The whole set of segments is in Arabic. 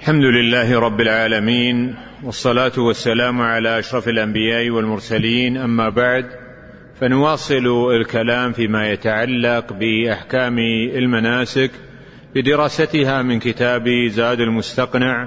الحمد لله رب العالمين، والصلاة والسلام على أشرف الأنبياء والمرسلين، أما بعد، فنواصل الكلام فيما يتعلق بأحكام المناسك بدراستها من كتاب زاد المستقنع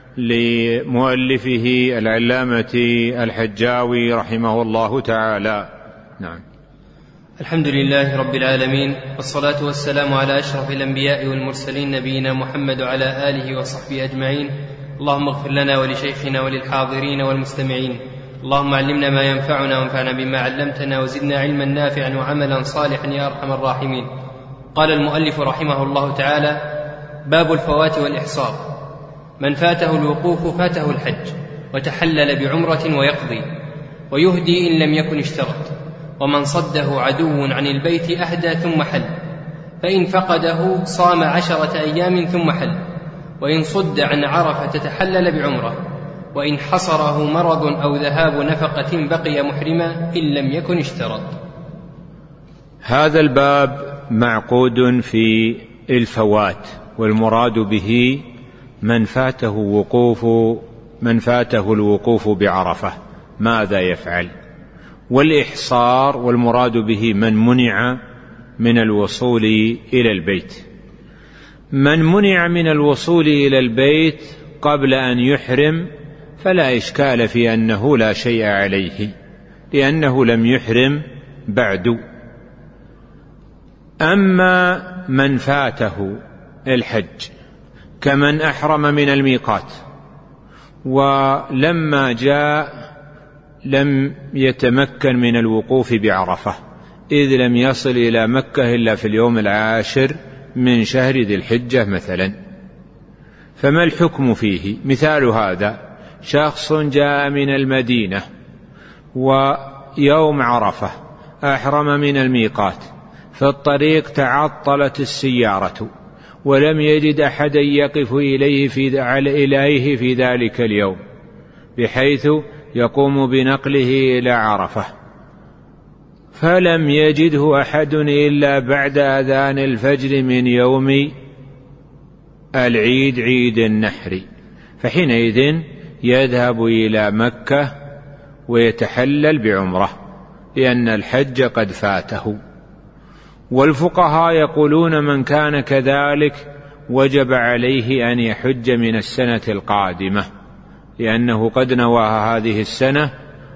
لمؤلفه العلامة الحجاوي رحمه الله تعالى. نعم. الحمد لله رب العالمين، والصلاة والسلام على أشرف الأنبياء والمرسلين نبينا محمد وعلى آله وصحبه أجمعين. اللهم اغفر لنا ولشيخنا وللحاضرين والمستمعين. اللهم علمنا ما ينفعنا وانفعنا بما علمتنا وزدنا علما نافعا وعملا صالحا يا أرحم الراحمين. قال المؤلف رحمه الله تعالى: باب الفوات والإحصار. من فاته الوقوف فاته الحج، وتحلل بعمرة ويقضي، ويهدي إن لم يكن اشترط. ومن صده عدو عن البيت أهدى ثم حل، فإن فقده صام 10 أيام ثم حل. وإن صد عن عرفة تحلل بعمرة، وإن حصره مرض أو ذهاب نفقة بقي محرما إن لم يكن اشترط. هذا الباب معقود في الفوات، والمراد به من فاته الوقوف بعرفة ماذا يفعل، والإحصار والمراد به من منع من الوصول إلى البيت. من منع من الوصول إلى البيت قبل أن يحرم فلا إشكال في أنه لا شيء عليه، لأنه لم يحرم بعد. أما من فاته الحج كمن أحرم من الميقات ولما جاء لم يتمكن من الوقوف بعرفة، إذ لم يصل إلى مكة إلا في اليوم 10 من شهر ذي الحجة مثلا، فما الحكم فيه؟ مثال هذا: شخص جاء من المدينة ويوم عرفة أحرم من الميقات، في الطريق تعطلت السيارة ولم يجد أحدا يقف إليه في ذلك اليوم، بحيث يقوم بنقله إلى عرفة، فلم يجده أحد إلا بعد أذان الفجر من يوم العيد، عيد النحر، فحينئذ يذهب إلى مكة ويتحلل بعمرة، لأن الحج قد فاته. والفقهاء يقولون من كان كذلك وجب عليه أن يحج من السنة القادمة، لأنه قد نواها هذه السنة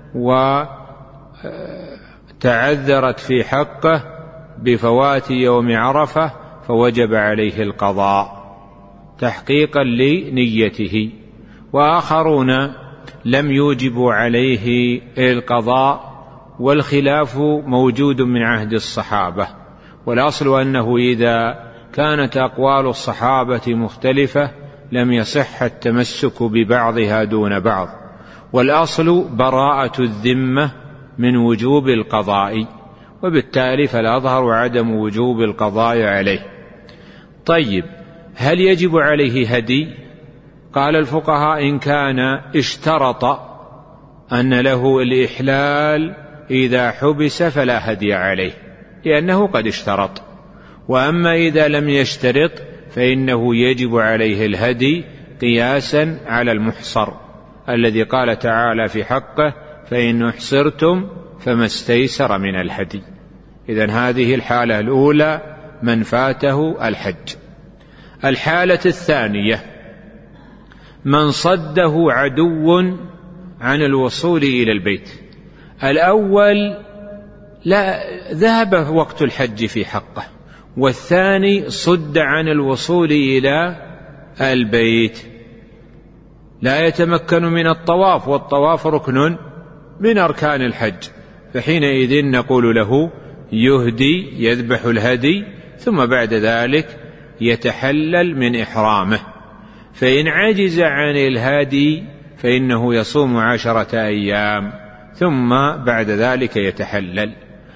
وتعذرت في حقه بفوات يوم عرفة، فوجب عليه القضاء تحقيقا لنيته. وآخرون لم يوجبوا عليه القضاء، والخلاف موجود من عهد الصحابة، والأصل أنه إذا كانت أقوال الصحابة مختلفة لم يصح التمسك ببعضها دون بعض، والأصل براءة الذمة من وجوب القضاء، وبالتالي فالأظهر عدم وجوب القضاء عليه. طيب، هل يجب عليه هدي؟ قال الفقهاء: إن كان اشترط أن له الإحلال إذا حبس فلا هدي عليه، لأنه قد اشترط. وأما إذا لم يشترط فإنه يجب عليه الهدي قياسا على المحصر الذي قال تعالى في حقه: فإن احصرتم فما استيسر من الهدي. إذن هذه الحالة الأولى من فاته الحج. الحالة الثانية من صده عدو عن الوصول إلى البيت. الأول لا ذهب وقت الحج في حقه، والثاني صد عن الوصول إلى البيت، لا يتمكن من الطواف، والطواف ركن من أركان الحج، فحينئذ نقول له يهدي، يذبح الهدي، ثم بعد ذلك يتحلل من إحرامه. فإن عجز عن الهدي فإنه يصوم 10 أيام ثم بعد ذلك يتحلل.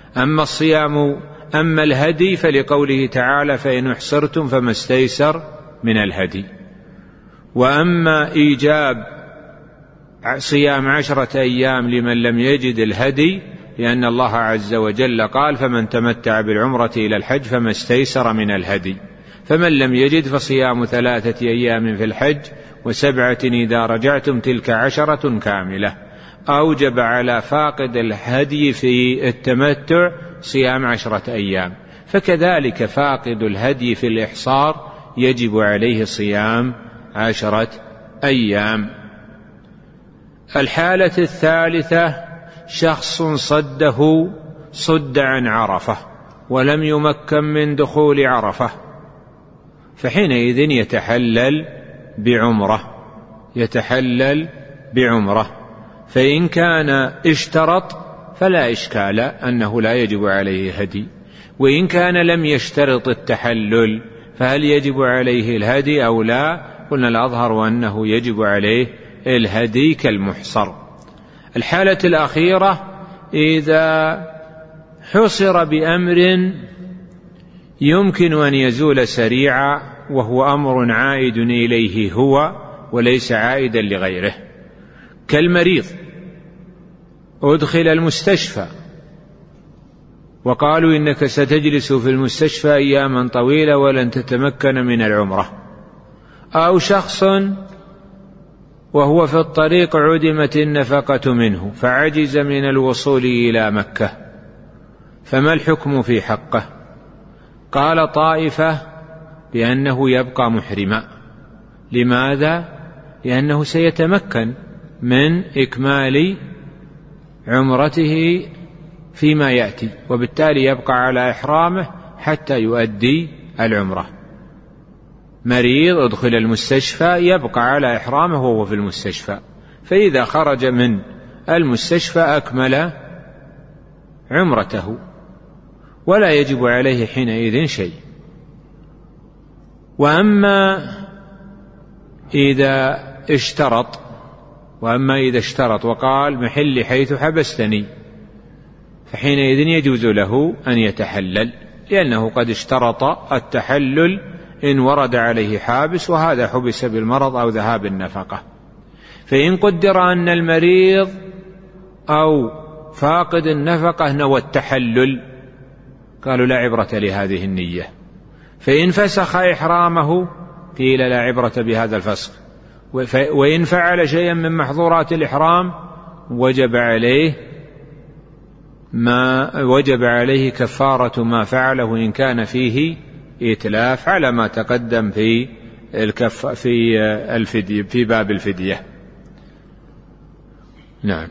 أما الهدي فلقوله تعالى: فإن احصرتم فما استيسر من الهدي. وأما إيجاب صيام 10 أيام لمن لم يجد الهدي، لأن الله عز وجل قال: فمن تمتع بالعمرة إلى الحج فما استيسر من الهدي، فمن لم يجد فصيام 3 أيام في الحج و7 إذا رجعتم تلك 10 كاملة. أوجب على فاقد الهدي في التمتع صيام 10 أيام، فكذلك فاقد الهدي في الإحصار يجب عليه صيام 10 أيام. الحالة الثالثة شخص صد عن عرفة ولم يمكن من دخول عرفة، فحينئذ يتحلل بعمرة. فإن كان اشترط فلا إشكال أنه لا يجب عليه هدي، وإن كان لم يشترط التحلل فهل يجب عليه الهدي أو لا؟ قلنا الأظهر أنه يجب عليه الهدي كالمحصر. الحالة الأخيرة إذا حصر بأمر يمكن أن يزول سريعا وهو أمر عائد إليه هو وليس عائدا لغيره، كالمريض أدخل المستشفى وقالوا إنك ستجلس في المستشفى أياما طويلة ولن تتمكن من العمرة، أو شخص وهو في الطريق عدمت النفقة منه فعجز من الوصول إلى مكة، فما الحكم في حقه؟ قال طائفة بأنه يبقى محرما. لماذا؟ لأنه سيتمكن من إكمال عمرته فيما يأتي، وبالتالي يبقى على إحرامه حتى يؤدي العمرة. مريض أدخل المستشفى يبقى على إحرامه وهو في المستشفى، فإذا خرج من المستشفى أكمل عمرته ولا يجب عليه حينئذ شيء. وأما إذا اشترط وقال محلي حيث حبستني، فحينئذ يجوز له أن يتحلل، لأنه قد اشترط التحلل إن ورد عليه حابس، وهذا حبس بالمرض أو ذهاب النفقة. فإن قدر أن المريض أو فاقد النفقة نوى التحلل قالوا لا عبرة لهذه النية، فإن فسخ إحرامه قيل لا عبرة بهذا الفسخ، وإن فعل شيئا من محظورات الإحرام وجب عليه كفارة ما فعله إن كان فيه إتلاف، على ما تقدم في الفدية في باب الفدية. نعم.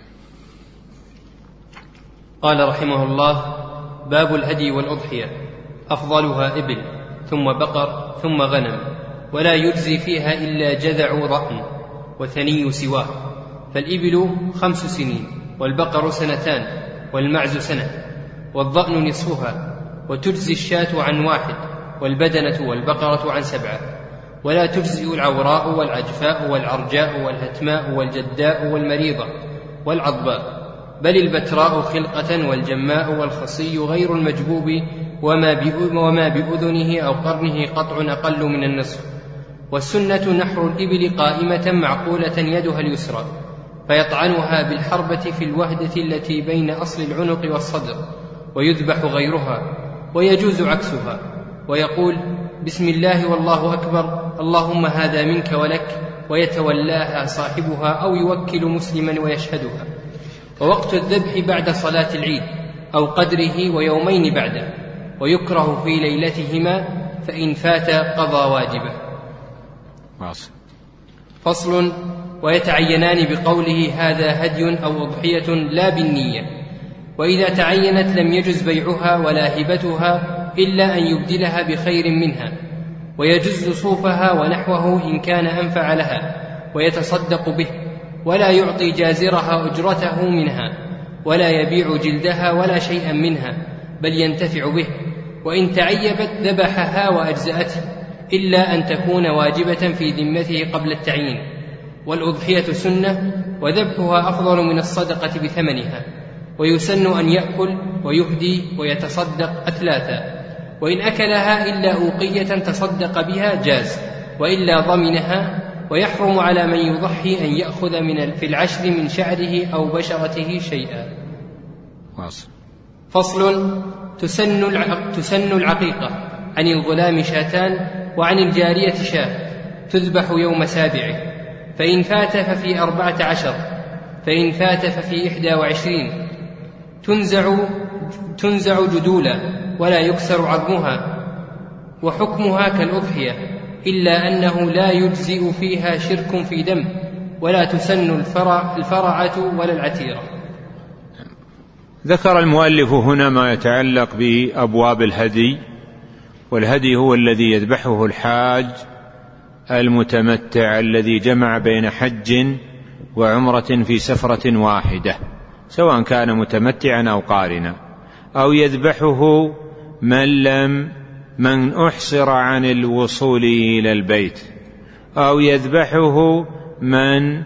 قال رحمه الله: باب الهدي والأضحية، أفضلها إبل ثم بقر ثم غنم، ولا يجزي فيها إلا جذع ضأن وثني سواه، فالإبل 5 سنين والبقر 2 سنين والمعز 1 سنة والضأن نصفها، وتجزي الشاة عن 1 والبدنة والبقرة عن 7، ولا تجزي العوراء والعجفاء والعرجاء والهتماء والجداء والمريضة والعضباء، بل البتراء خلقة والجماء والخصي غير المجبوب وما بأذنه أو قرنه قطع أقل من النصف. والسنة نحر الإبل قائمة معقولة يدها اليسرى، فيطعنها بالحربة في الوهدة التي بين أصل العنق والصدر، ويذبح غيرها، ويجوز عكسها، ويقول بسم الله والله أكبر اللهم هذا منك ولك، ويتولاها صاحبها أو يوكل مسلما ويشهدها. ووقت الذبح بعد صلاة العيد أو قدره ويومين بعده، ويكره في ليلتهما، فإن فات قضى واجبه. فصل: ويتعينان بقوله هذا هدي أو أضحية لا بالنية، وإذا تعينت لم يجز بيعها ولا هبتها إلا أن يبدلها بخير منها، ويجز صوفها ونحوه إن كان أنفع لها، ويتصدق به، ولا يعطي جازرها أجرته منها، ولا يبيع جلدها ولا شيئا منها، بل ينتفع به، وإن تعيبت ذبحها وأجزأته، إلا أن تكون واجبة في ذمته قبل التعيين. والأضحية سنة، وذبحها أفضل من الصدقة بثمنها، ويسن أن يأكل ويهدي ويتصدق أثلاثا، وإن أكلها إلا أوقية تصدق بها جاز، وإلا ضمنها. ويحرم على من يضحي أن يأخذ في العشر من شعره أو بشرته شيئا. فصل: تسن العقيقة عن الغلام 2 شاتان، وعن الجارية شاة تذبح يوم 7، فإن فات ففي 14، فإن فات ففي 21. تنزع جدولا ولا يكسر عظمها، وحكمها كالأضحية، إلا أنه لا يجزئ فيها شرك في دم، ولا تسن الفرعة ولا العتيرة. ذكر المؤلف هنا ما يتعلق بأبواب الهدي، والهدي هو الذي يذبحه الحاج المتمتع الذي جمع بين حج وعمرة في سفرة واحدة، سواء كان متمتعا أو قارنا، أو يذبحه من أحصر عن الوصول إلى البيت، أو يذبحه من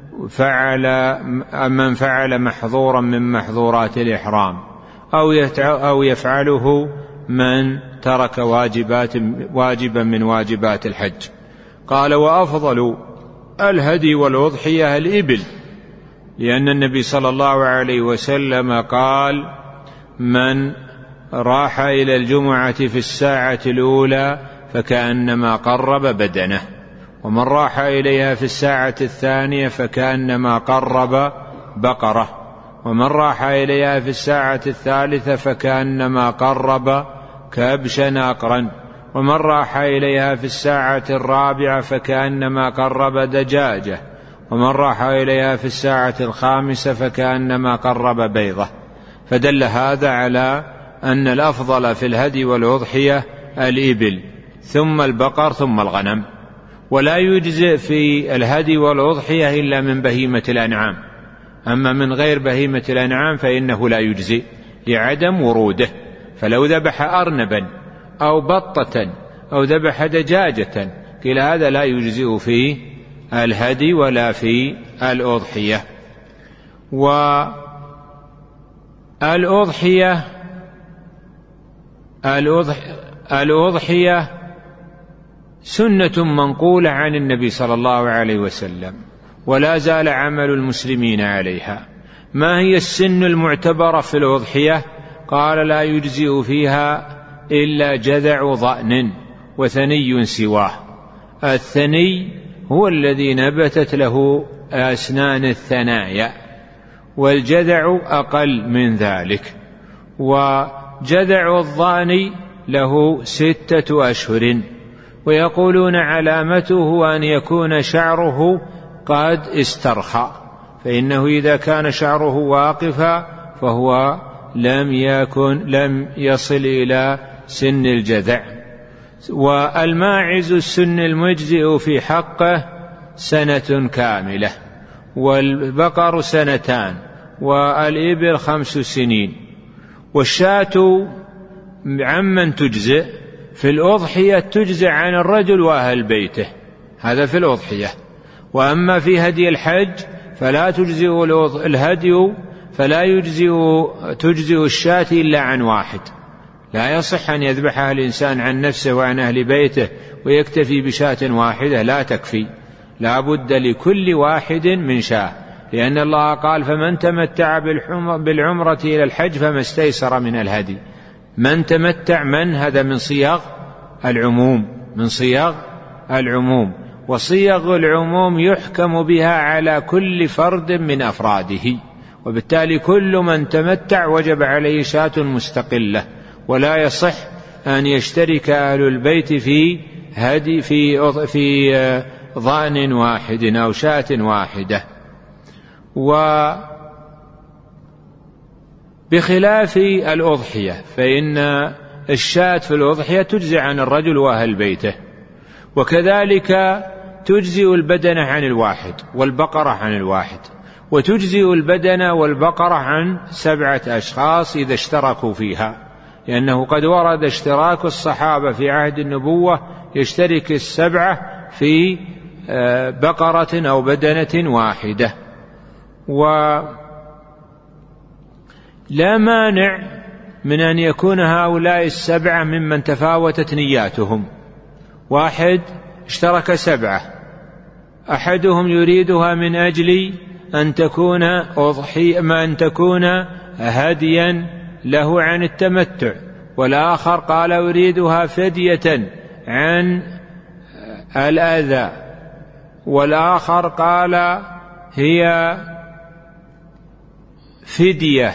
فعل محظورا من محظورات الإحرام، أو يفعله من ترك واجبا من واجبات الحج. قال: وأفضل الهدي والأضحية الإبل، لأن النبي صلى الله عليه وسلم قال: من راح إلى الجمعة في الساعة الأولى فكأنما قرب بدنه، ومن راح إليها في الساعة الثانية فكأنما قرب بقرة، ومن راح إليها في الساعة الثالثة فكأنما قرب كبشا أقرا، ومن راح إليها في الساعة الرابعة فكأنما قرب دجاجة، ومن راح إليها في الساعة الخامسة فكأنما قرب بيضة. فدل هذا على أن الأفضل في الهدي والأضحية الإبل، ثم البقر، ثم الغنم. ولا يجزئ في الهدي والأضحية إلا من بهيمة الأنعام، أما من غير بهيمة الأنعام فإنه لا يجزئ لعدم وروده. فلو ذبح أرنبا أو بطة أو ذبح دجاجة قيل هذا لا يجزئ في الهدي ولا في الأضحية. الأضحية سنة منقولة عن النبي صلى الله عليه وسلم، ولا زال عمل المسلمين عليها. ما هي السن المعتبرة في الأضحية؟ قال: لا يجزئ فيها إلا جذع ضأن وثني سواه. الثني هو الذي نبتت له أسنان الثنايا، والجذع أقل من ذلك، وجذع الضأن له 6 أشهر. ويقولون علامته أن يكون شعره قد استرخى، فإنه إذا كان شعره واقفا فهو لم يصل إلى سن الجذع. والماعز السن المجزئ في حقه 1 سنة كاملة، والبقر 2 سنين، والإبل 5 سنين. والشاة عمن تجزئ في الأضحية تجزئ عن الرجل وأهل بيته، هذا في الأضحية. وأما في هدي الحج فلا تجزئ الهدي، فلا تجزئ الشاة إلا عن واحد. لا يصح أن يذبحها الإنسان عن نفسه وعن أهل بيته ويكتفي بشاة واحدة، لا تكفي، لا بد لكل واحد من شاة، لأن الله قال: فمن تمتع بالعمرة إلى الحج فما استيسر من الهدي. من تمتع، هذا من صيغ العموم، وصيغ العموم يحكم بها على كل فرد من أفراده، وبالتالي كل من تمتع وجب عليه شاة مستقلة، ولا يصح أن يشترك أهل البيت في ضأن واحد أو شاة واحدة. بخلاف الأضحية فإن الشاة في الأضحية تجزي عن الرجل وأهل بيته، وكذلك تجزي البدنة عن الواحد والبقرة عن الواحد، وتجزي البدنة والبقرة عن 7 أشخاص إذا اشتركوا فيها، لأنه قد ورد اشتراك الصحابة في عهد النبوة، يشترك 7 في بقرة أو بدنة واحدة. ولا مانع من أن يكون هؤلاء 7 ممن تفاوتت نياتهم، واحد اشترك 7، أحدهم يريدها من أجل أن تكون هديا له عن التمتع، والآخر قال أريدها فدية عن الأذى، والآخر قال هي فدية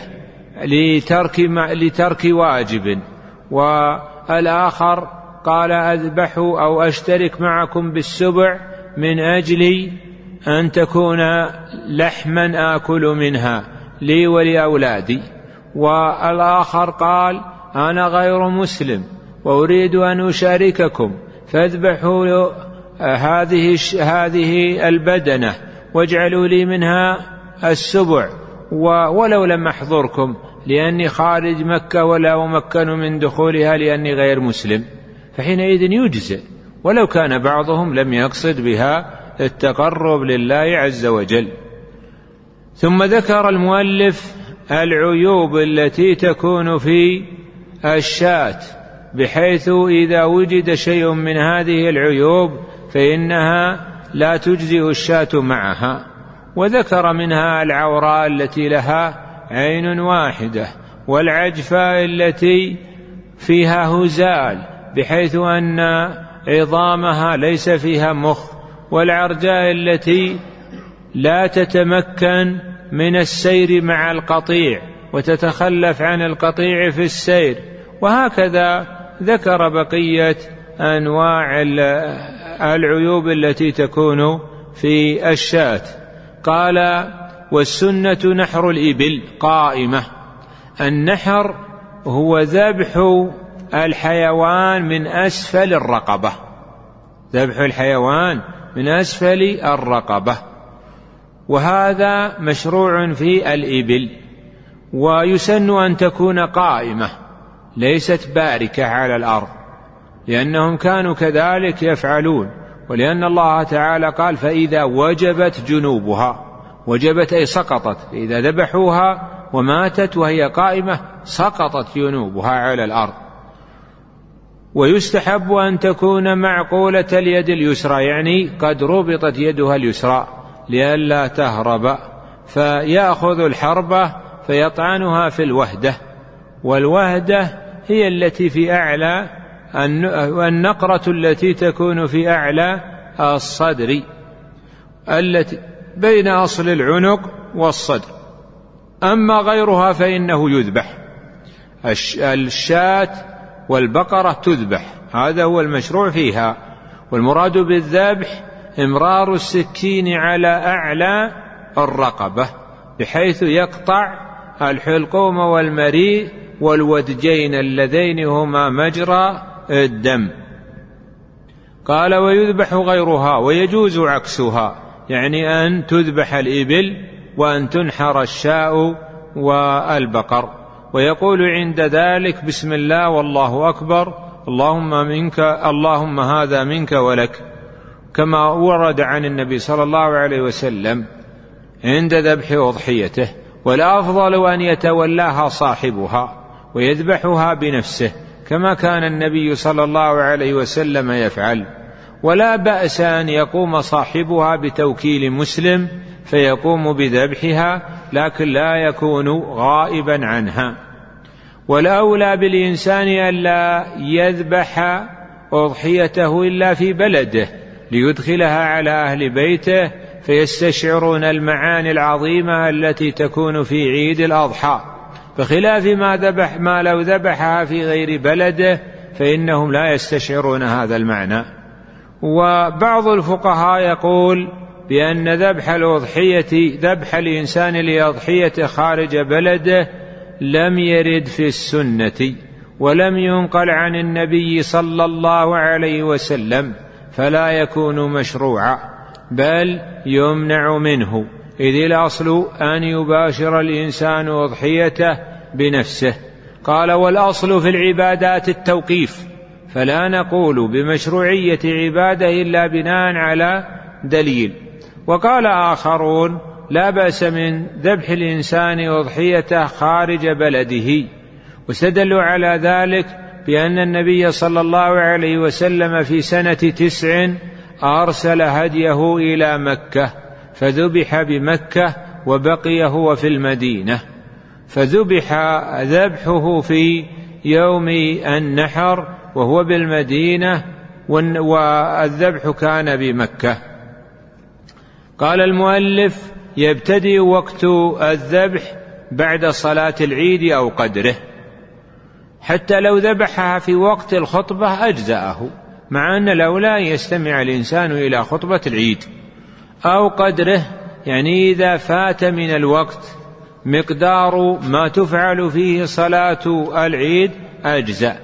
لترك واجب، والآخر قال أذبح أو أشترك معكم بالسبع من أجل أن تكون لحما آكل منها لي ولأولادي، والآخر قال أنا غير مسلم وأريد أن أشارككم فاذبحوا هذه البدنة واجعلوا لي منها السبع ولو لم أحضركم لأني خارج مكة ولا أمكن من دخولها لأني غير مسلم، فحينئذ يجزئ ولو كان بعضهم لم يقصد بها التقرب لله عز وجل. ثم ذكر المؤلف العيوب التي تكون في الشاة، بحيث إذا وجد شيء من هذه العيوب فإنها لا تجزئ الشاة معها، وذكر منها العوراء التي لها عين واحدة، والعجفاء التي فيها هزال بحيث أن عظامها ليس فيها مخ، والعرجاء التي لا تتمكن من السير مع القطيع وتتخلف عن القطيع في السير، وهكذا ذكر بقية أنواع العيوب التي تكون في الشاة. قال والسنة نحر الإبل قائمة. النحر هو ذبح الحيوان من أسفل الرقبة، ذبح الحيوان من أسفل الرقبة، وهذا مشروع في الإبل، ويسن أن تكون قائمة ليست باركة على الأرض، لأنهم كانوا كذلك يفعلون، ولأن الله تعالى قال فإذا وجبت جنوبها، وجبت أي سقطت، إذا ذبحوها وماتت وهي قائمة سقطت جنوبها على الأرض. ويستحب أن تكون معقولة اليد اليسرى، يعني قد ربطت يدها اليسرى لئلا تهرب، فيأخذ الحربة فيطعنها في الوهدة، والوهدة هي التي في أعلى النقرة التي تكون في أعلى الصدر التي بين أصل العنق والصدر. أما غيرها فإنه يذبح، الشاة والبقرة تذبح، هذا هو المشروع فيها. والمراد بالذبح إمرار السكين على أعلى الرقبة بحيث يقطع الحلقوم والمريء والودجين اللذين هما مجرى الدم. قال ويذبح غيرها، ويجوز عكسها، يعني أن تذبح الإبل وأن تنحر الشاء والبقر، ويقول عند ذلك بسم الله والله أكبر اللهم هذا منك ولك، كما ورد عن النبي صلى الله عليه وسلم عند ذبح أضحيته. والأفضل أن يتولاها صاحبها ويذبحها بنفسه كما كان النبي صلى الله عليه وسلم يفعل، ولا بأس أن يقوم صاحبها بتوكيل مسلم فيقوم بذبحها، لكن لا يكون غائبا عنها. والأولى بالإنسان ألا يذبح أضحيته إلا في بلده ليدخلها على أهل بيته فيستشعرون المعاني العظيمة التي تكون في عيد الأضحى، بخلاف ما لو ذبحها في غير بلده فإنهم لا يستشعرون هذا المعنى. وبعض الفقهاء يقول بأن ذبح الإنسان لأضحية خارج بلده لم يرد في السنة ولم ينقل عن النبي صلى الله عليه وسلم، فلا يكون مشروعا بل يمنع منه، إذ الأصل أن يباشر الإنسان أضحيته بنفسه. قال والأصل في العبادات التوقيف، فلا نقول بمشروعية عبادة إلا بناء على دليل. وقال آخرون لا بأس من ذبح الإنسان أضحيته خارج بلده، واستدلوا على ذلك بأن النبي صلى الله عليه وسلم في سنة 9 أرسل هديه إلى مكة فذبح بمكة وبقي هو في المدينة، فذبح ذبحه في يوم النحر وهو بالمدينة والذبح كان بمكة. قال المؤلف: يبتدئ وقت الذبح بعد صلاة العيد أو قدره، حتى لو ذبحها في وقت الخطبة أجزأه، مع أن الأولى يستمع الإنسان إلى خطبة العيد، أو قدره يعني إذا فات من الوقت مقدار ما تفعل فيه صلاة العيد أجزأ.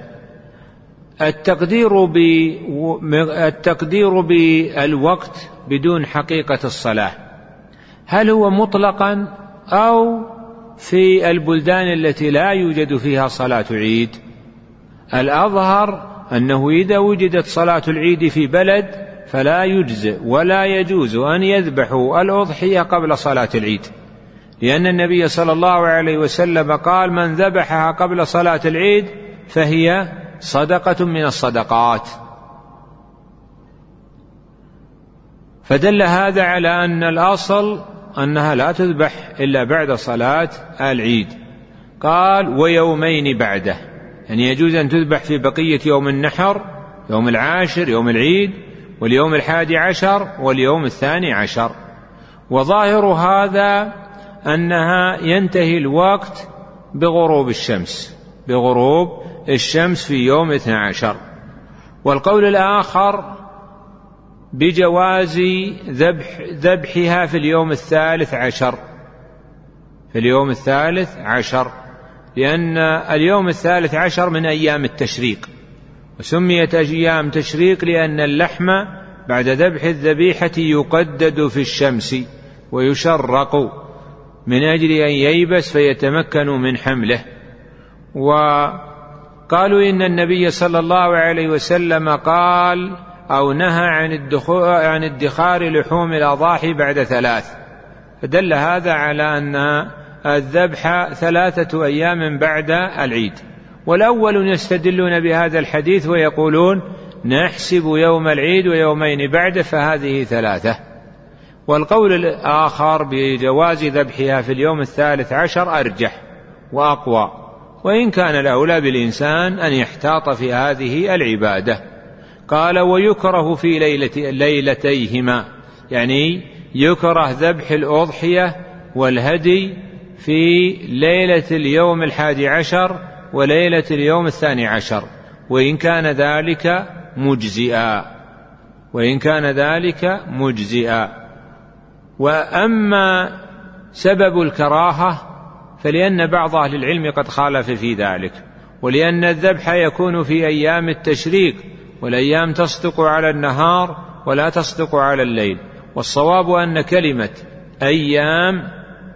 التقدير بالوقت بدون حقيقة الصلاة هل هو مطلقا أو في البلدان التي لا يوجد فيها صلاة عيد؟ الأظهر أنه إذا وجدت صلاة العيد في بلد فلا يجزئ ولا يجوز أن يذبحوا الأضحية قبل صلاة العيد، لأن النبي صلى الله عليه وسلم قال: من ذبحها قبل صلاة العيد فهي صدقة من الصدقات. فدل هذا على أن الأصل أنها لا تذبح إلا بعد صلاة العيد. قال: ويومين بعده، يعني يجوز أن تذبح في بقية يوم النحر، يوم العاشر، يوم العيد، واليوم 11 واليوم 12. وظاهر هذا أنها ينتهي الوقت بغروب الشمس في يوم 12. والقول الآخر بجواز ذبحها في اليوم 13، لأن اليوم 13 من أيام التشريق، وسميت أيام تشريق لأن اللحم بعد ذبح الذبيحة يقدد في الشمس ويشرق من أجل أن ييبس فيتمكن من حمله. وقالوا إن النبي صلى الله عليه وسلم قال أو نهى عن ادخار لحوم الأضاحي بعد 3، فدل هذا على أن الذبح 3 أيام بعد العيد. والأول يستدلون بهذا الحديث ويقولون: نحسب يوم العيد ويومين بعده، فهذه 3. والقول الآخر بجواز ذبحها في اليوم 13 أرجح وأقوى، وإن كان الأولى بالإنسان أن يحتاط في هذه العبادة. قال: ويكره في ليلتيهما، يعني يكره ذبح الأضحية والهدي في ليلة اليوم 11 وليلة اليوم 12، وإن كان ذلك مجزئا. وأما سبب الكراهة فلأن بعض أهل العلم قد خالف في ذلك، ولأن الذبح يكون في أيام التشريق، والأيام تصدق على النهار ولا تصدق على الليل. والصواب أن كلمة أيام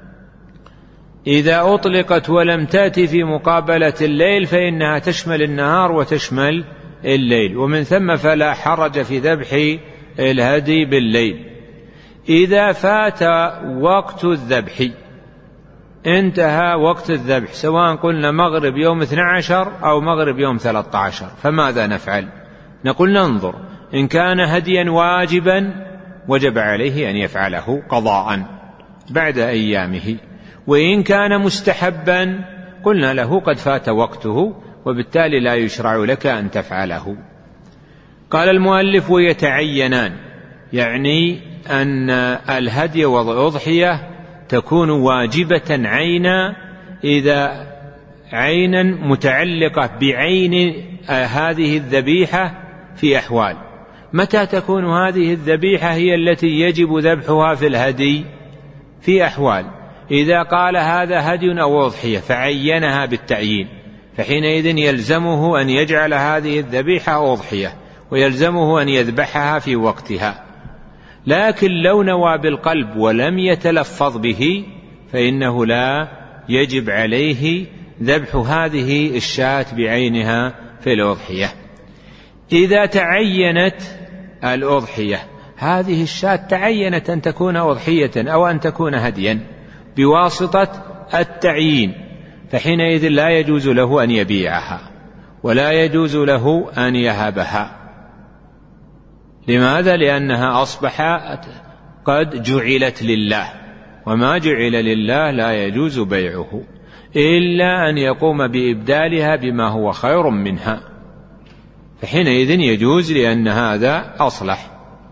إذا أطلقت ولم تأتي في مقابلة الليل فإنها تشمل النهار وتشمل الليل، ومن ثم فلا حرج في ذبح الهدي بالليل. إذا فات وقت الذبح، انتهى وقت الذبح، سواء قلنا مغرب يوم 12 أو مغرب يوم 13، فماذا نفعل؟ نقول: ننظر، إن كان هديا واجبا وجب عليه أن يفعله قضاء بعد أيامه، وإن كان مستحبا قلنا له قد فات وقته وبالتالي لا يشرع لك أن تفعله. قال المؤلف: ويتعينان، يعني أن الهدي والأضحية تكون واجبة عينا، إذا عينا متعلقة بعين هذه الذبيحة في أحوال. متى تكون هذه الذبيحة هي التي يجب ذبحها في الهدي؟ في أحوال: إذا قال هذا هدي أو أضحية فعينها بالتعيين، فحينئذ يلزمه أن يجعل هذه الذبيحة أضحية، ويلزمه أن يذبحها في وقتها. لكن لو نوى بالقلب ولم يتلفظ به فإنه لا يجب عليه ذبح هذه الشاة بعينها في الأضحية. إذا تعينت الأضحية، هذه الشاة تعينت أن تكون أضحية أو أن تكون هديا بواسطة التعيين، فحينئذ لا يجوز له أن يبيعها ولا يجوز له أن يهبها. لماذا؟ لأنها أصبحت قد جعلت لله، وما جعل لله لا يجوز بيعه إلا أن يقوم بإبدالها بما هو خير منها. فحينئذ يجوز لأن هذا أصلح.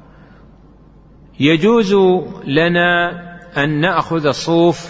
يجوز لنا أن نأخذ صوف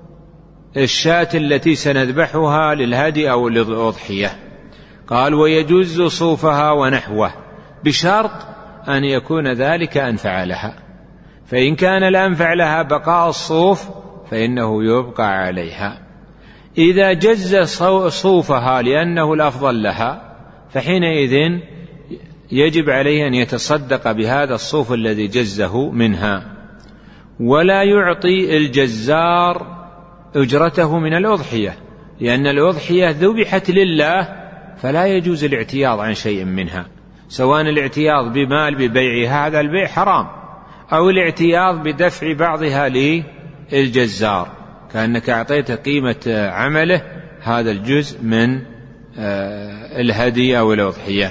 الشاة التي سنذبحها للهدي أو للأضحية. قال ويجوز صوفها ونحوه بشرط أن يكون ذلك أنفع لها، فإن كان الأنفع لها بقاء الصوف فإنه يبقى عليها. إذا جز صوفها لأنه الأفضل لها فحينئذ يجب عليه أن يتصدق بهذا الصوف الذي جزه منها، ولا يعطي الجزار أجرته من الأضحية، لأن الأضحية ذبحت لله فلا يجوز الاعتياض عن شيء منها، سواء الاعتياض بمال ببيعها هذا البيع حرام، أو الاعتياض بدفع بعضها للجزار كأنك أعطيت قيمة عمله هذا الجزء من الهدي أو الأضحية.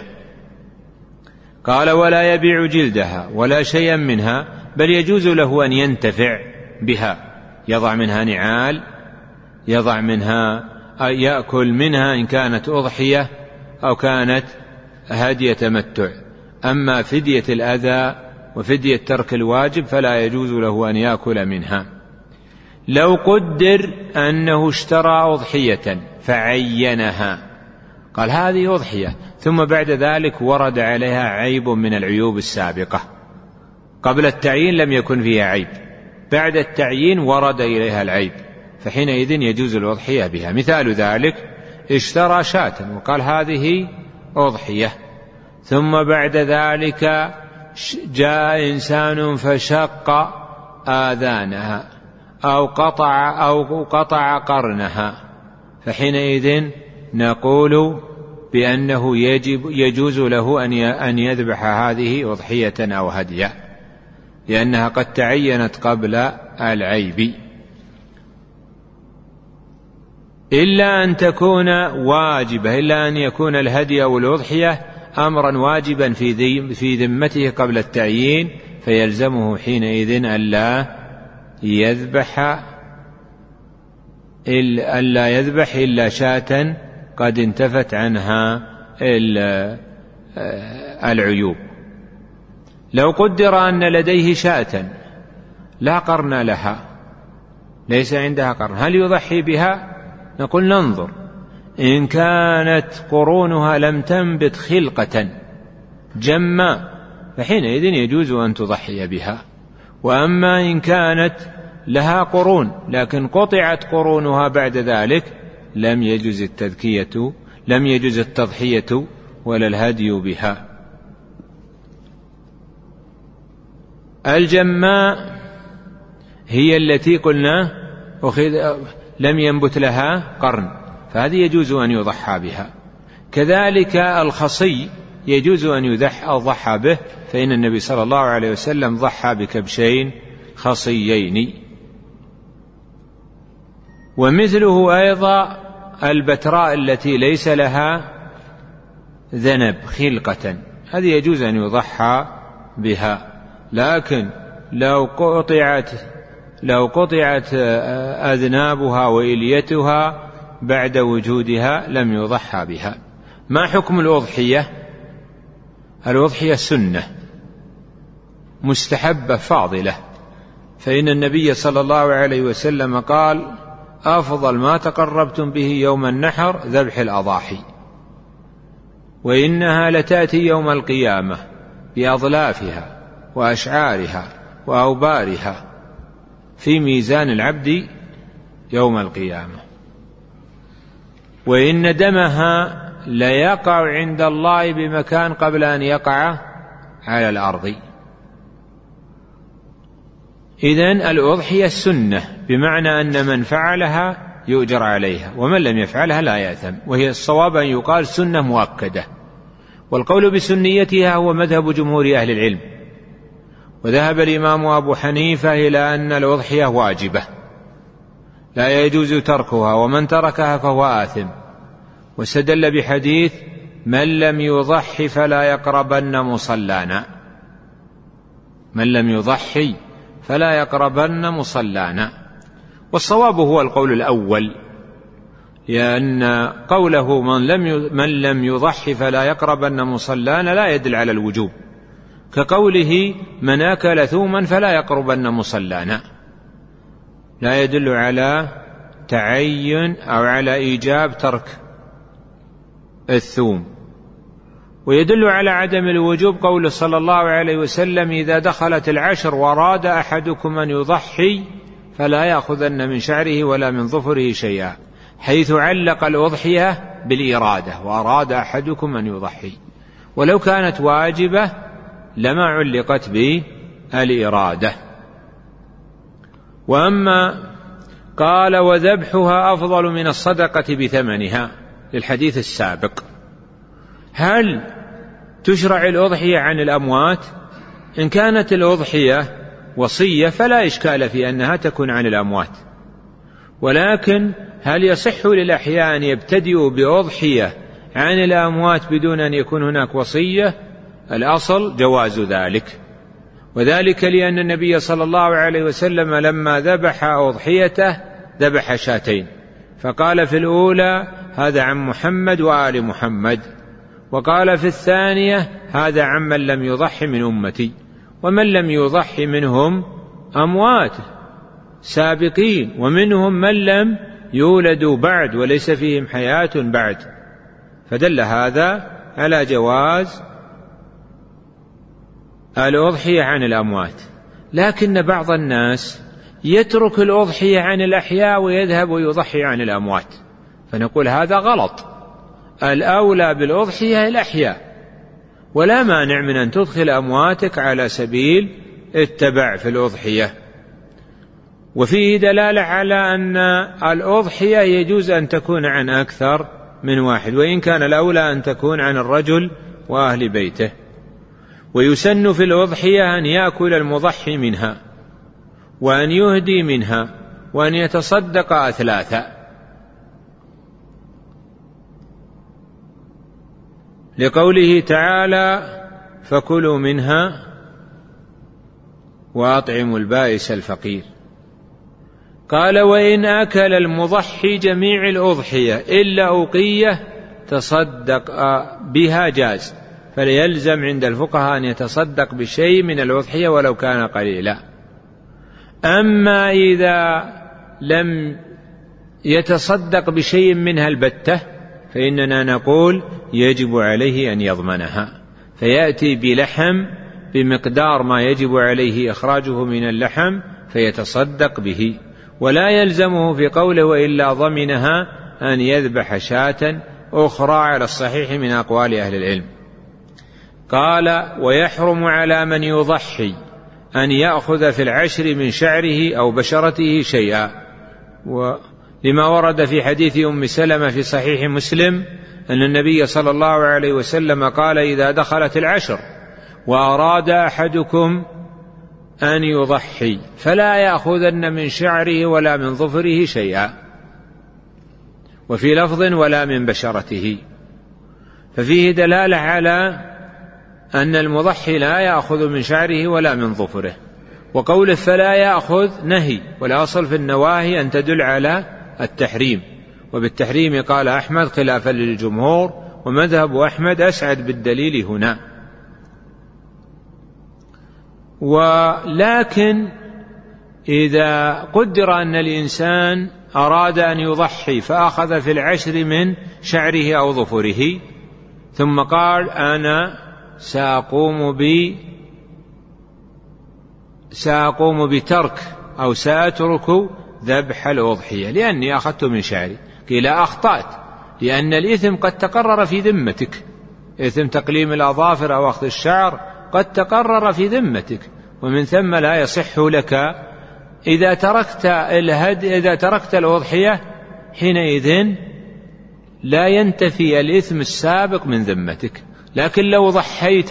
قال ولا يبيع جلدها ولا شيئا منها، بل يجوز له أن ينتفع بها، يضع منها نعال، يضع منها يأكل منها إن كانت أضحية أو كانت هدي تمتع. أما فدية الأذى وفدية ترك الواجب فلا يجوز له أن يأكل منها. لو قدر أنه اشترى أضحية فعينها، قال هذه أضحية، ثم بعد ذلك ورد عليها عيب من العيوب السابقة، قبل التعيين لم يكن فيها عيب، بعد التعيين ورد إليها العيب، فحينئذ يجوز الأضحية بها. مثال ذلك اشترى شاة وقال هذه أضحية، ثم بعد ذلك جاء إنسان فشق آذانها أو قطع قرنها، فحينئذ نقول بأنه يجوز له أن يذبح هذه أضحية أو هدية، لأنها قد تعينت قبل العيب، إلا أن تكون واجبة، إلا أن يكون الهدي أو الأضحية أمرا واجبا في ذمته قبل التعيين، فيلزمه حينئذ ألا يذبح إلا شاة قد انتفت عنها العيوب. لو قدر أن لديه شاة لا قرن لها، ليس عندها قرن، هل يضحي بها؟ نقول ننظر، إن كانت قرونها لم تنبت خلقة جما فحينئذ يجوز أن تضحي بها. وأما إن كانت لها قرون لكن قطعت قرونها بعد ذلك لم يجوز التضحية ولا الهدي بها. الجماء هي التي قلنا لم ينبت لها قرن، فهذه يجوز أن يضحى بها. كذلك الخصي يجوز أن يضحى به، فإن النبي صلى الله عليه وسلم ضحى بكبشين خصيين. ومثله أيضا البتراء التي ليس لها ذنب خلقة، هذه يجوز أن يضحى بها، لكن لو قطعت أذنابها وإليتها بعد وجودها لم يضحى بها. ما حكم الأضحية؟ الأضحية سنة مستحبة فاضلة، فإن النبي صلى الله عليه وسلم قال أفضل ما تقربتم به يوم النحر ذبح الأضاحي، وإنها لتأتي يوم القيامة بأضلافها وأشعارها وأوبارها في ميزان العبد يوم القيامة، وإن دمها ليقع عند الله بمكان قبل أن يقع على الأرض. إذن الأضحية السنة، بمعنى أن من فعلها يؤجر عليها ومن لم يفعلها لا يأثم، وهي الصواب أن يقال سنة مؤكدة، والقول بسنيتها هو مذهب جمهور أهل العلم. وذهب الإمام أبو حنيفة إلى أن الأضحية واجبة لا يجوز تركها، ومن تركها فهو آثم، واستدل بحديث من لم يضحي فلا يقربن مصلانا، من لم يضحي فلا يقربن مصلانا. والصواب هو القول الأول، لأن قوله من لم يضحي فلا يقربن مصلانا لا يدل على الوجوب، كقوله من أكل ثوما فلا يقربن مصلانا، لا يدل على تعين أو على إيجاب ترك الثوم. ويدل على عدم الوجوب قول صلى الله عليه وسلم إذا دخلت العشر وأراد أحدكم أن يضحي فلا يأخذن من شعره ولا من ظفره شيئا، حيث علق الأضحية بالإرادة وأراد أحدكم أن يضحي، ولو كانت واجبة لما علقت بالإرادة. وأما قال وذبحها أفضل من الصدقة بثمنها للحديث السابق، هل تشرع الأضحية عن الأموات؟ إن كانت الأضحية وصية فلا إشكال في أنها تكون عن الأموات، ولكن هل يصح للأحياء أن يبتدئوا بأضحية عن الأموات بدون أن يكون هناك وصية؟ الأصل جواز ذلك، وذلك لأن النبي صلى الله عليه وسلم لما ذبح أضحيته ذبح شاتين، فقال في الأولى هذا عن محمد وآل محمد، وقال في الثانية هذا عن من لم يضحي من أمتي، ومن لم يضحي منهم أموات سابقين، ومنهم من لم يولدوا بعد وليس فيهم حياة بعد، فدل هذا على جواز الأضحية عن الأموات. لكن بعض الناس يترك الأضحية عن الأحياء ويذهب ويضحي عن الأموات، فنقول هذا غلط، الأولى بالأضحية الأحياء، ولا مانع من أن تدخل أمواتك على سبيل التبع في الأضحية. وفيه دلالة على أن الأضحية يجوز أن تكون عن أكثر من واحد، وإن كان الأولى أن تكون عن الرجل وأهل بيته. ويسن في الأضحية أن يأكل المضحي منها، وأن يهدي منها، وأن يتصدق أثلاثا، لقوله تعالى فكلوا منها وأطعموا البائس الفقير. قال وإن أكل المضحي جميع الأضحية إلا أوقية تصدق بها جاز، فليلزم عند الفقهاء أن يتصدق بشيء من الأضحية ولو كان قليلا. أما إذا لم يتصدق بشيء منها البتة فإننا نقول يجب عليه أن يضمنها، فيأتي بلحم بمقدار ما يجب عليه إخراجه من اللحم فيتصدق به، ولا يلزمه في قوله وإلا ضمنها أن يذبح شاة أخرى على الصحيح من أقوال أهل العلم. قال ويحرم على من يضحي أن يأخذ في العشر من شعره أو بشرته شيئا، لما ورد في حديث أم سلمة في صحيح مسلم أن النبي صلى الله عليه وسلم قال إذا دخلت العشر وأراد أحدكم أن يضحي فلا يأخذن من شعره ولا من ظفره شيئا، وفي لفظ ولا من بشرته، ففيه دلالة على أن المضحي لا يأخذ من شعره ولا من ظفره. وقوله فلا يأخذ نهي، والأصل في النواهي أن تدل على التحريم، وبالتحريم قال أحمد خلافا للجمهور، ومذهب أحمد أسعد بالدليل هنا. ولكن إذا قدر أن الإنسان أراد أن يضحي فأخذ في العشر من شعره أو ظفره ثم قال أنا سأقوم بترك أو سأترك ذبح الأضحية لأني أخذت من شعري، قيل أخطأت، لأن الإثم قد تقرر في ذمتك، إثم تقليم الأظافر أو أخذ الشعر قد تقرر في ذمتك، ومن ثم لا يصح لك إذا تركت الأضحية حينئذ لا ينتفي الإثم السابق من ذمتك، لكن لو ضحيت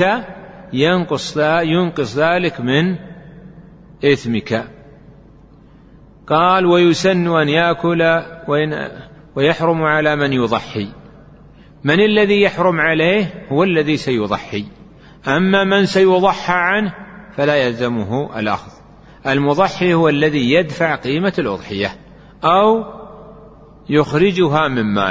ينقص ذلك من إثمك. قال ويسن أن يأكل ويحرم على من يضحي. من الذي يحرم عليه؟ هو الذي سيضحي، أما من سيضحى عنه فلا يلزمه الأخذ. المضحي هو الذي يدفع قيمة الأضحية أو يخرجها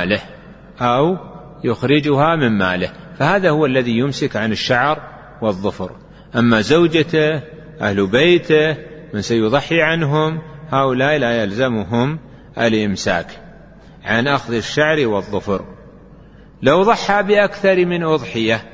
من ماله فهذا هو الذي يمسك عن الشعر والظفر. أما زوجته أهل بيته من سيضحي عنهم هؤلاء لا يلزمهم الإمساك عن أخذ الشعر والظفر. لو ضحى بأكثر من أضحية،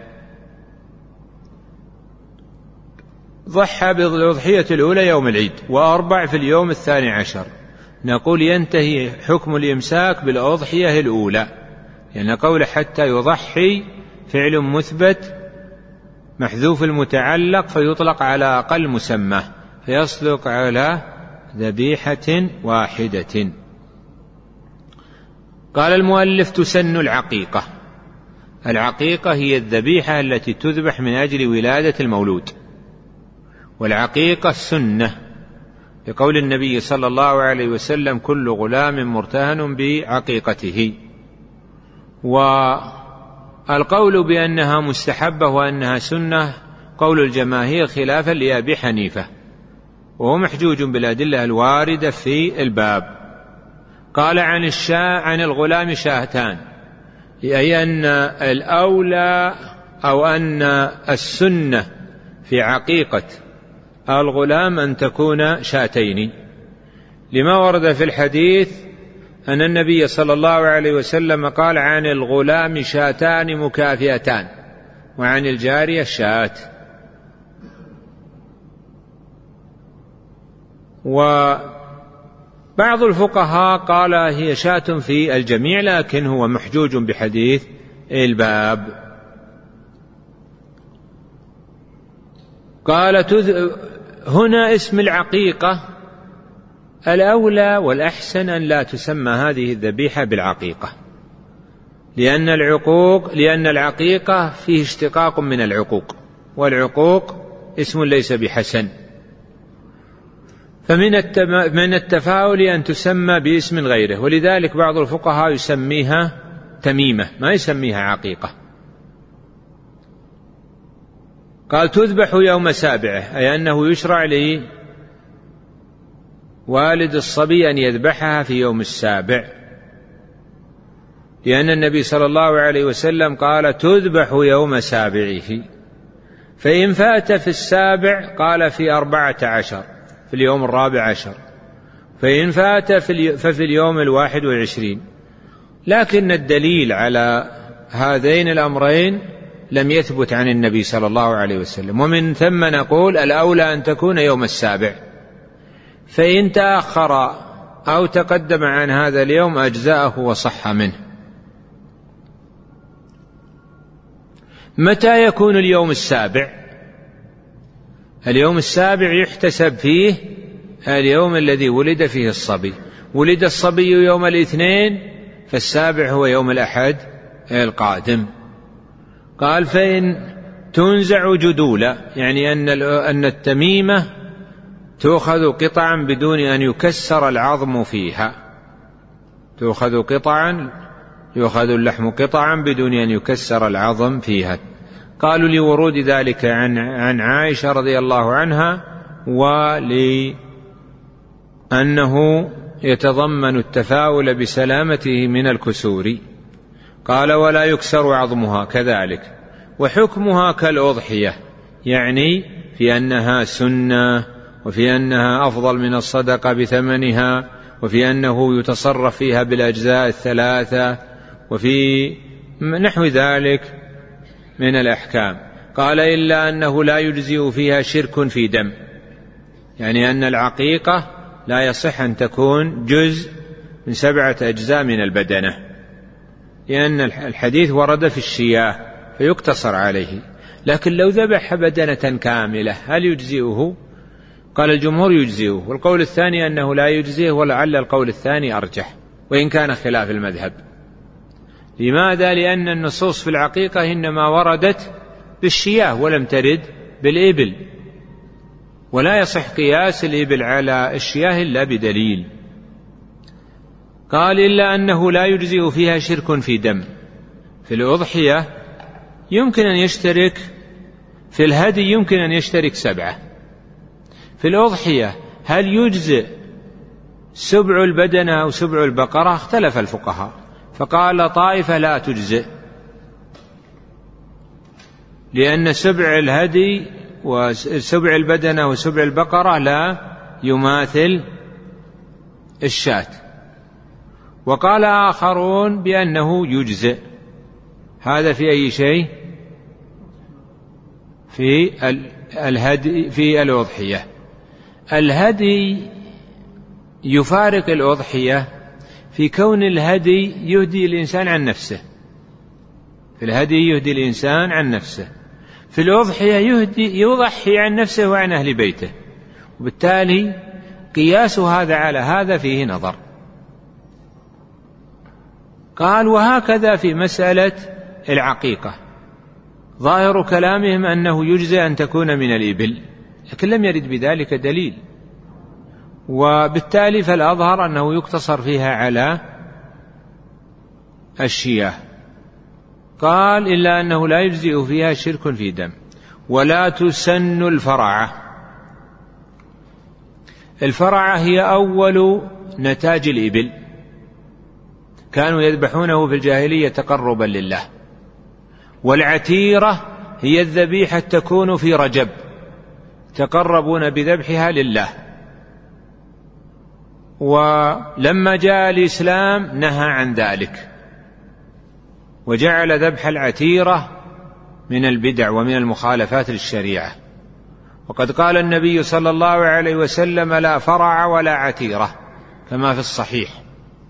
ضحى بالأضحية الأولى يوم العيد وأربع في اليوم 12، نقول ينتهي حكم الإمساك بالأضحية الأولى، لأن قول حتى يضحي فعل مثبت محذوف المتعلق فيطلق على أقل مسمى فيصدق على ذبيحة واحدة. قال المؤلف: تسن العقيقة. العقيقة هي الذبيحة التي تذبح من أجل ولادة المولود، والعقيقة سنة لقول النبي صلى الله عليه وسلم: كل غلام مرتهن بعقيقته. والقول بأنها مستحبة وأنها سنة قول الجماهير خلافا لأبي حنيفة، وهو محجوج بالأدلة الواردة في الباب. قال: عن الغلام شاتان، أي أن الأولى أو أن السنة في عقيقة الغلام أن تكون شاتين، لما ورد في الحديث أن النبي صلى الله عليه وسلم قال: عن الغلام شاتان مكافئتان وعن الجارية شات. وبعض الفقهاء قال هي شات في الجميع، لكن هو محجوج بحديث الباب. قال: هنا اسم العقيقة الأولى والأحسن أن لا تسمى هذه الذبيحة بالعقيقة، لأن العقيقة فيه اشتقاق من العقوق، والعقوق اسم ليس بحسن، فمن التفاؤل أن تسمى باسم غيره، ولذلك بعض الفقهاء يسميها تميمة ما يسميها عقيقة. قال: تذبح يوم سابعه، أي أنه يشرع لوالد الصبي أن يذبحها في يوم السابع، لأن النبي صلى الله عليه وسلم قال: تذبح يوم سابعه. فإن فات في السابع قال: في 14 في اليوم 14، فإن فات ففي اليوم 21. لكن الدليل على هذين الأمرين لم يثبت عن النبي صلى الله عليه وسلم، ومن ثم نقول الأولى أن تكون يوم السابع، فإن تأخر أو تقدم عن هذا اليوم أجزاءه وصح منه. متى يكون اليوم السابع؟ اليوم السابع يحتسب فيه اليوم الذي ولد فيه الصبي. ولد الصبي يوم الاثنين، فالسابع هو يوم الأحد القادم. قال: فإن تنزع جدولا، يعني أن التميمة تؤخذ قطعا بدون أن يكسر العظم فيها، يؤخذ اللحم قطعا بدون أن يكسر العظم فيها. قالوا لورود ذلك عن عائشة رضي الله عنها، ولأنه يتضمن التفاؤل بسلامته من الكسور. قال: ولا يكسر عظمها كذلك. وحكمها كالأضحية، يعني في أنها سنة، وفي أنها أفضل من الصدقة بثمنها، وفي أنه يتصرف فيها بالأجزاء الثلاثة، وفي نحو ذلك من الأحكام. قال: إلا أنه لا يجزئ فيها شرك في دم، يعني أن العقيقة لا يصح أن تكون جزء من 7 أجزاء من البدنة، لأن الحديث ورد في الشياه فيقتصر عليه. لكن لو ذبح بدنة كاملة هل يجزئه؟ قال الجمهور يجزئه، والقول الثاني أنه لا يجزئه، ولعل القول الثاني أرجح وإن كان خلاف المذهب. لماذا؟ لأن النصوص في العقيقة إنما وردت بالشياه ولم ترد بالإبل، ولا يصح قياس الإبل على الشياه إلا بدليل. قال: إلا أنه لا يجزئ فيها شرك في دم. في الأضحية يمكن أن يشترك، في الهدي يمكن أن يشترك 7. في الأضحية هل يجزئ سبع البدنة أو سبع البقرة اختلف الفقهاء، فقال طائفة لا تجزئ، لأن سبع الهدي وسبع البدنة وسبع البقرة لا يماثل الشاة. وقال آخرون بأنه يجزئ. هذا في أي شيء؟ في الهدي، في الأضحية. الهدي يفارق الأضحية في كون الهدي يهدي الإنسان عن نفسه، في الهدي يهدي الإنسان عن نفسه، في الأضحية يضحي عن نفسه وعن أهل بيته، وبالتالي قياس هذا على هذا فيه نظر. قال وهكذا في مسألة العقيقة، ظاهر كلامهم أنه يجزى أن تكون من الإبل، لكن لم يرد بذلك دليل، وبالتالي فالأظهر أنه يقتصر فيها على الشياه. قال إلا أنه لا يجزئ فيها شرك في دم، ولا تسن الفرعة. الفرعة هي أول نتاج الإبل، كانوا يذبحونه في الجاهلية تقربا لله. والعتيرة هي الذبيحة تكون في رجب، تقربون بذبحها لله. ولما جاء الإسلام نهى عن ذلك، وجعل ذبح العتيرة من البدع ومن المخالفات للشريعة. وقد قال النبي صلى الله عليه وسلم لا فرع ولا عتيرة كما في الصحيح.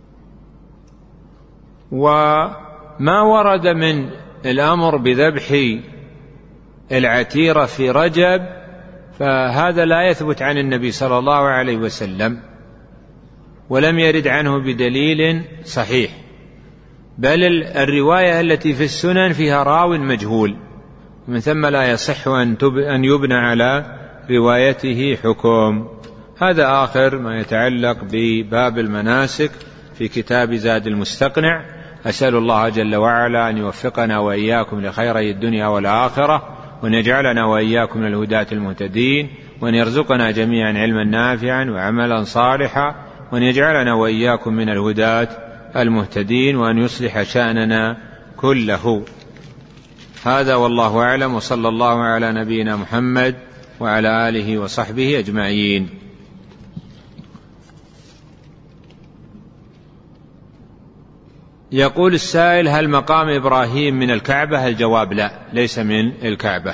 وما ورد من الأمر بذبح العتيرة في رجب فهذا لا يثبت عن النبي صلى الله عليه وسلم، ولم يرد عنه بدليل صحيح، بل الرواية التي في السنن فيها راو مجهول، من ثم لا يصح أن يبنى على روايته حكم. هذا آخر ما يتعلق بباب المناسك في كتاب زاد المستقنع. أسأل الله جل وعلا أن يوفقنا وإياكم لخيري الدنيا والآخرة، وأن يجعلنا وإياكم من الهداة المهتدين، وأن يرزقنا جميعا علما نافعا وعملا صالحا، وأن يجعلنا وإياكم من الهداة المهتدين، وأن يصلح شأننا كله. هذا والله أعلم، وصلى الله على نبينا محمد وعلى آله وصحبه أجمعين. يقول السائل هل مقام إبراهيم من الكعبة؟ الجواب لا، ليس من الكعبة.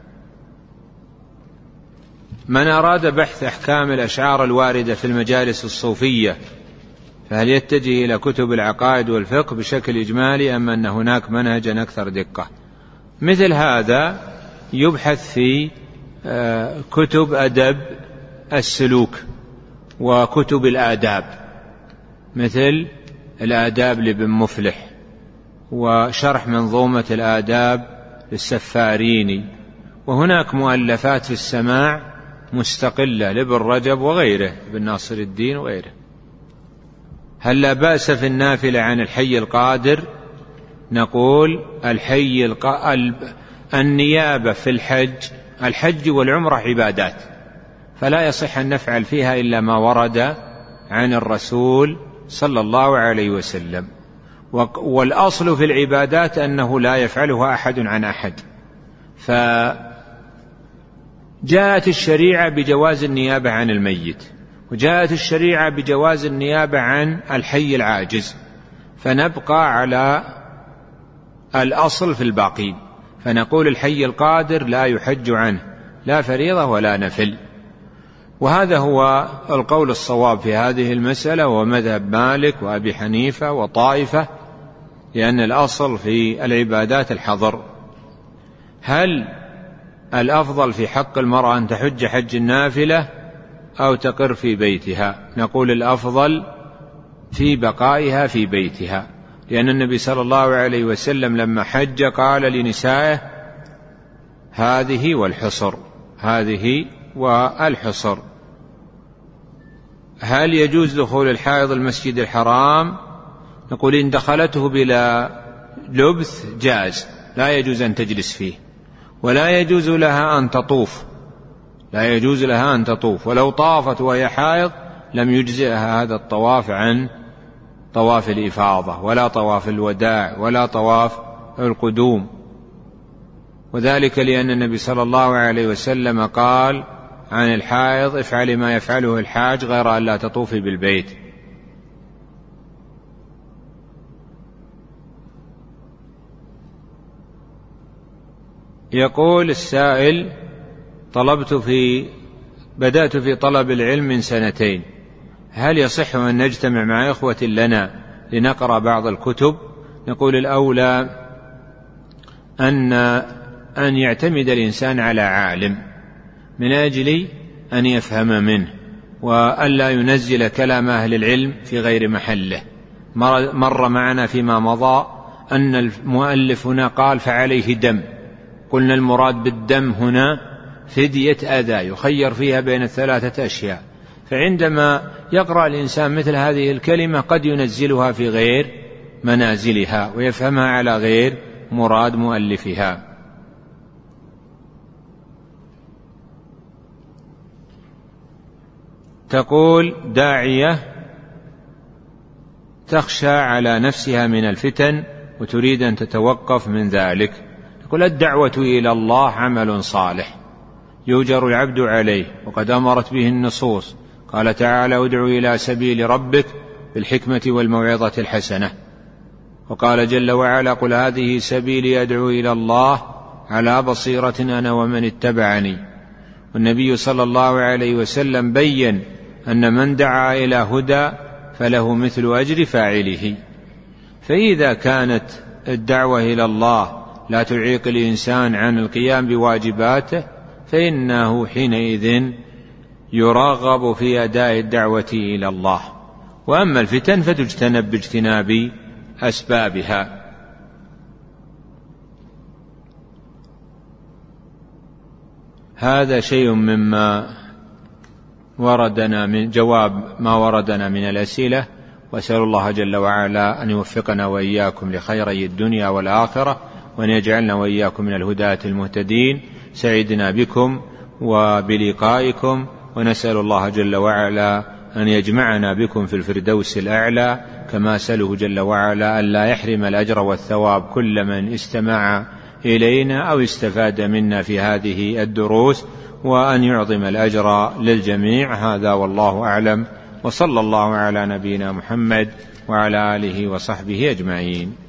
من أراد بحث أحكام الأشعار الواردة في المجالس الصوفية فهل يتجه إلى كتب العقائد والفقه بشكل إجمالي أم أن هناك منهجا أكثر دقة؟ مثل هذا يبحث في كتب أدب السلوك وكتب الآداب، مثل الآداب لابن مفلح، وشرح منظومة الآداب للسفاريني، وهناك مؤلفات في السماع مستقلة لابن رجب وغيره، ابن ناصر الدين وغيره. هل لا بأس في النافلة عن الحي القادر؟ نقول النيابة في الحج والعمرة عبادات، فلا يصح أن نفعل فيها إلا ما ورد عن الرسول صلى الله عليه وسلم. والأصل في العبادات أنه لا يفعلها أحد عن أحد، فجاءت الشريعة بجواز النيابة عن الميت، وجاءت الشريعة بجواز النيابة عن الحي العاجز، فنبقى على الأصل في الباقين، فنقول الحي القادر لا يحج عنه لا فريضة ولا نفل. وهذا هو القول الصواب في هذه المسألة، ومذهب مالك وأبي حنيفة وطائفة، لأن الأصل في العبادات الحظر. هل الأفضل في حق المرأة أن تحج حج النافلة أو تقر في بيتها؟ نقول الأفضل في بقائها في بيتها، لأن النبي صلى الله عليه وسلم لما حج قال لنسائه هذه والحصر، هذه والحصر. هل يجوز دخول الحائض المسجد الحرام؟ نقول إن دخلته بلا لبث جاز، لا يجوز أن تجلس فيه، ولا يجوز لها أن تطوف، لا يجوز لها أن تطوف، ولو طافت وهي حائض لم يجزئها هذا الطواف عن طواف الإفاضة ولا طواف الوداع ولا طواف القدوم، وذلك لأن النبي صلى الله عليه وسلم قال عن الحائض: افعلي ما يفعله الحاج غير أن لا تطوفي بالبيت. يقول السائل: بدأت في طلب العلم من 2 سنين، هل يصح أن نجتمع مع إخوة لنا لنقرأ بعض الكتب؟ نقول الأولى أن يعتمد الإنسان على عالم من أجل أن يفهم منه، وأن لا ينزل كلام أهل العلم في غير محله. مر معنا فيما مضى أن المؤلف هنا قال: فعليه دم. قلنا المراد بالدم هنا فدية أذى، يخير فيها بين 3 أشياء، فعندما يقرأ الإنسان مثل هذه الكلمة قد ينزلها في غير منازلها ويفهمها على غير مراد مؤلفها. تقول داعية تخشى على نفسها من الفتن وتريد أن تتوقف من ذلك. تقول: الدعوة إلى الله عمل صالح يؤجر العبد عليه، وقد أمرت به النصوص. قال تعالى: ادع إلى سبيل ربك بالحكمة والموعظة الحسنة. وقال جل وعلا: قل هذه سبيلي أدعو إلى الله على بصيرة أنا ومن اتبعني. والنبي صلى الله عليه وسلم بين أن من دعا إلى هدى فله مثل أجر فاعله. فإذا كانت الدعوة إلى الله لا تعيق الإنسان عن القيام بواجباته فإنه حينئذ يرغب في أداء الدعوة إلى الله. وأما الفتن فتجتنب باجتناب أسبابها. هذا شيء مما وردنا من جواب ما وردنا من الأسئلة، وأسأل الله جل وعلا أن يوفقنا وإياكم لخيري الدنيا والآخرة، وأن يجعلنا وإياكم من الهداة المهتدين. سعدنا بكم وبلقائكم، ونسأل الله جل وعلا أن يجمعنا بكم في الفردوس الأعلى، كما أسأله جل وعلا أن لا يحرم الأجر والثواب كل من استمع إلينا أو استفاد منا في هذه الدروس، وأن يعظم الأجر للجميع. هذا والله أعلم، وصلى الله على نبينا محمد وعلى آله وصحبه أجمعين.